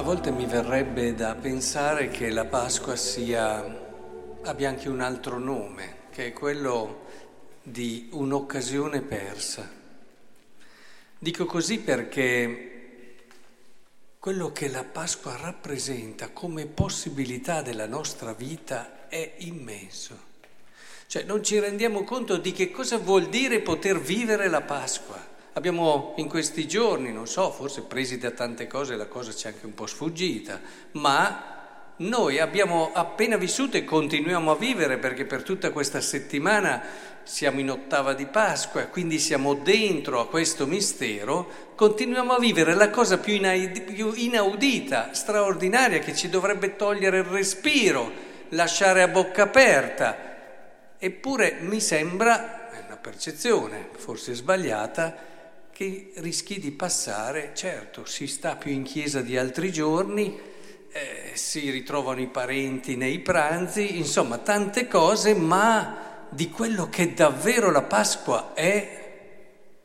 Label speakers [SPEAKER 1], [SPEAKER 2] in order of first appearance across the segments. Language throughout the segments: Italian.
[SPEAKER 1] volte mi verrebbe da pensare che la Pasqua abbia anche un altro nome, che è quello di un'occasione persa. Dico così perché quello che la Pasqua rappresenta come possibilità della nostra vita è immenso. Cioè non ci rendiamo conto di che cosa vuol dire poter vivere la Pasqua. Abbiamo in questi giorni, non so, forse presi da tante cose la cosa ci è anche un po' sfuggita, ma noi abbiamo appena vissuto e continuiamo a vivere, perché per tutta questa settimana siamo in ottava di Pasqua, quindi siamo dentro a questo mistero, continuiamo a vivere la cosa più inaudita, straordinaria, che ci dovrebbe togliere il respiro, lasciare a bocca aperta. Eppure mi sembra, è una percezione forse sbagliata, che rischi di passare, certo, si sta più in chiesa di altri giorni, si ritrovano i parenti nei pranzi, insomma tante cose, ma di quello che davvero la Pasqua è,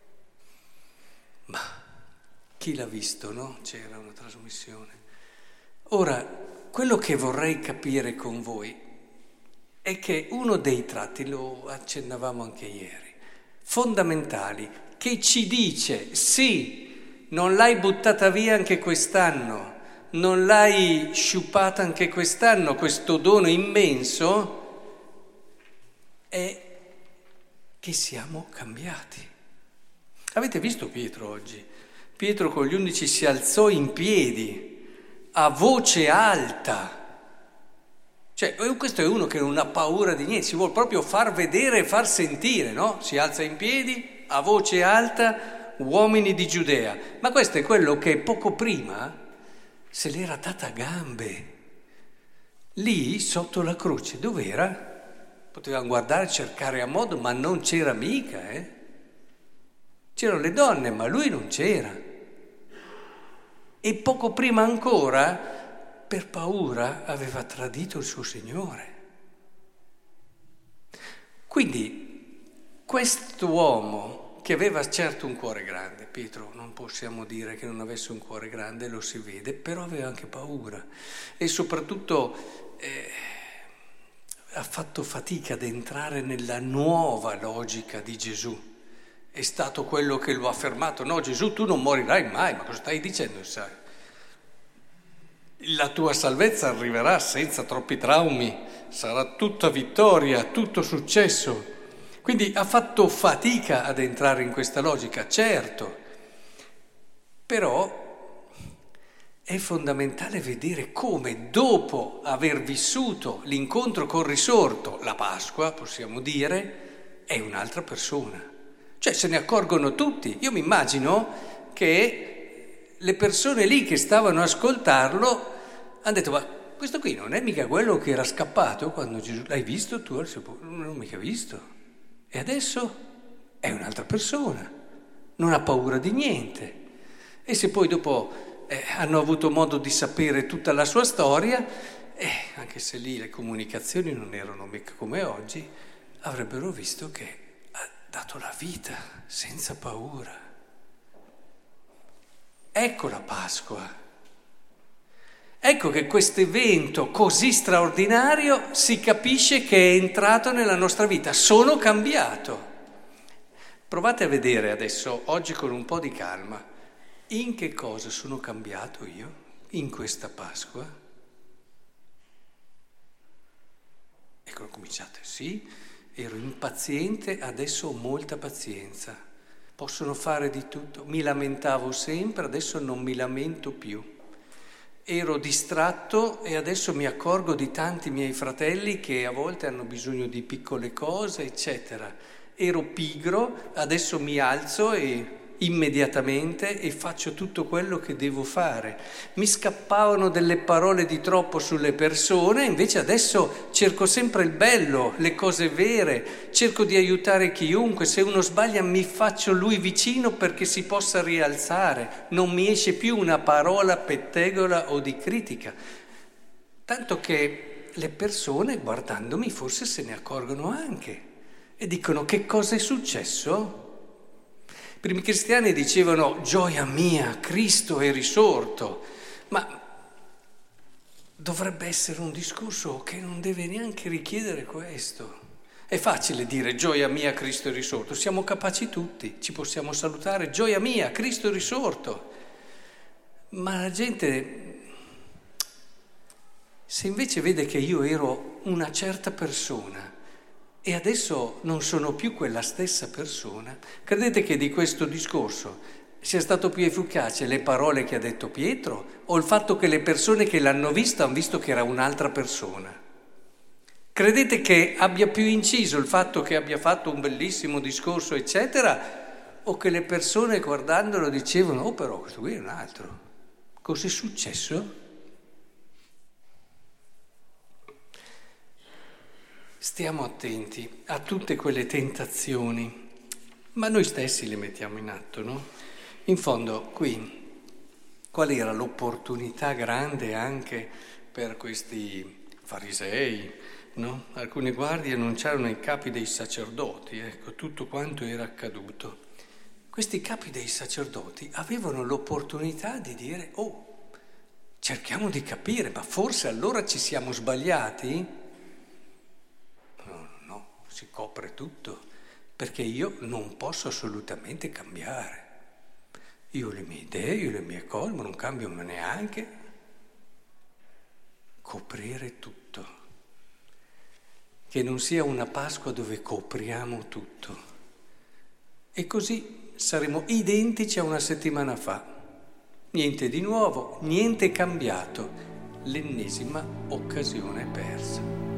[SPEAKER 1] ma chi l'ha visto, no? C'era una trasmissione. Ora, quello che vorrei capire con voi è che uno dei tratti, lo accennavamo anche ieri, fondamentali, che ci dice sì, non l'hai buttata via anche quest'anno, non l'hai sciupata anche quest'anno, questo dono immenso, è che siamo cambiati. Avete visto Pietro oggi? Pietro con gli 11 si alzò in piedi, a voce alta. Cioè, questo è uno che non ha paura di niente, si vuole proprio far vedere e far sentire, no? Si alza in piedi, a voce alta, uomini di Giudea. Ma questo è quello che poco prima se l'era data a gambe. Lì, sotto la croce, dov'era? Potevano guardare, cercare a modo, ma non c'era mica, C'erano le donne, ma lui non c'era. E poco prima ancora, per paura, aveva tradito il suo Signore. Quindi quest'uomo che aveva certo un cuore grande, Pietro non possiamo dire che non avesse un cuore grande, lo si vede, però aveva anche paura e soprattutto ha fatto fatica ad entrare nella nuova logica di Gesù. È stato quello che lo ha fermato: no, Gesù, tu non morirai mai. Ma cosa stai dicendo? Sai, la tua salvezza arriverà senza troppi traumi, sarà tutta vittoria, tutto successo. Quindi ha fatto fatica ad entrare in questa logica, certo, però è fondamentale vedere come dopo aver vissuto l'incontro col risorto, la Pasqua, possiamo dire, è un'altra persona. Cioè se ne accorgono tutti. Io mi immagino che le persone lì che stavano a ascoltarlo hanno detto: ma questo qui non è mica quello che era scappato quando Gesù... L'hai visto tu? Non l'ho mica visto. E adesso è un'altra persona, non ha paura di niente. E se poi dopo hanno avuto modo di sapere tutta la sua storia, anche se lì le comunicazioni non erano mica come oggi, avrebbero visto che ha dato la vita senza paura. Ecco la Pasqua. Ecco che questo evento così straordinario si capisce che è entrato nella nostra vita. Sono cambiato. Provate a vedere adesso, oggi con un po' di calma, in che cosa sono cambiato io in questa Pasqua. Ecco, cominciate, sì, ero impaziente, adesso ho molta pazienza. Possono fare di tutto. Mi lamentavo sempre, adesso non mi lamento più. Ero distratto e adesso mi accorgo di tanti miei fratelli che a volte hanno bisogno di piccole cose, eccetera. Ero pigro, adesso mi alzo e immediatamente e faccio tutto quello che devo fare. Mi scappavano delle parole di troppo sulle persone, invece adesso cerco sempre il bello, le cose vere, cerco di aiutare chiunque. Se uno sbaglia mi faccio lui vicino perché si possa rialzare, non mi esce più una parola pettegola o di critica. Tanto che le persone guardandomi forse se ne accorgono anche e dicono: che cosa è successo? I primi cristiani dicevano: gioia mia, Cristo è risorto. Ma dovrebbe essere un discorso che non deve neanche richiedere questo. È facile dire gioia mia, Cristo è risorto, siamo capaci tutti, ci possiamo salutare, gioia mia, Cristo è risorto. Ma la gente, se invece vede che io ero una certa persona e adesso non sono più quella stessa persona, credete che di questo discorso sia stato più efficace le parole che ha detto Pietro o il fatto che le persone che l'hanno visto hanno visto che era un'altra persona? Credete che abbia più inciso il fatto che abbia fatto un bellissimo discorso, eccetera, o che le persone guardandolo dicevano, oh però questo qui è un altro, cos'è successo? Stiamo attenti a tutte quelle tentazioni, ma noi stessi le mettiamo in atto, no? In fondo, qui, qual era l'opportunità grande anche per questi farisei, no? Alcuni guardie annunciarono ai capi dei sacerdoti, ecco, tutto quanto era accaduto. Questi capi dei sacerdoti avevano l'opportunità di dire, oh, cerchiamo di capire, ma forse allora ci siamo sbagliati? No, si copre tutto, perché io non posso assolutamente cambiare. Io ho le mie idee, io ho le mie cose, ma non cambio neanche. Coprire tutto. Che non sia una Pasqua dove copriamo tutto. E così saremo identici a una settimana fa. Niente di nuovo, niente cambiato. L'ennesima occasione persa.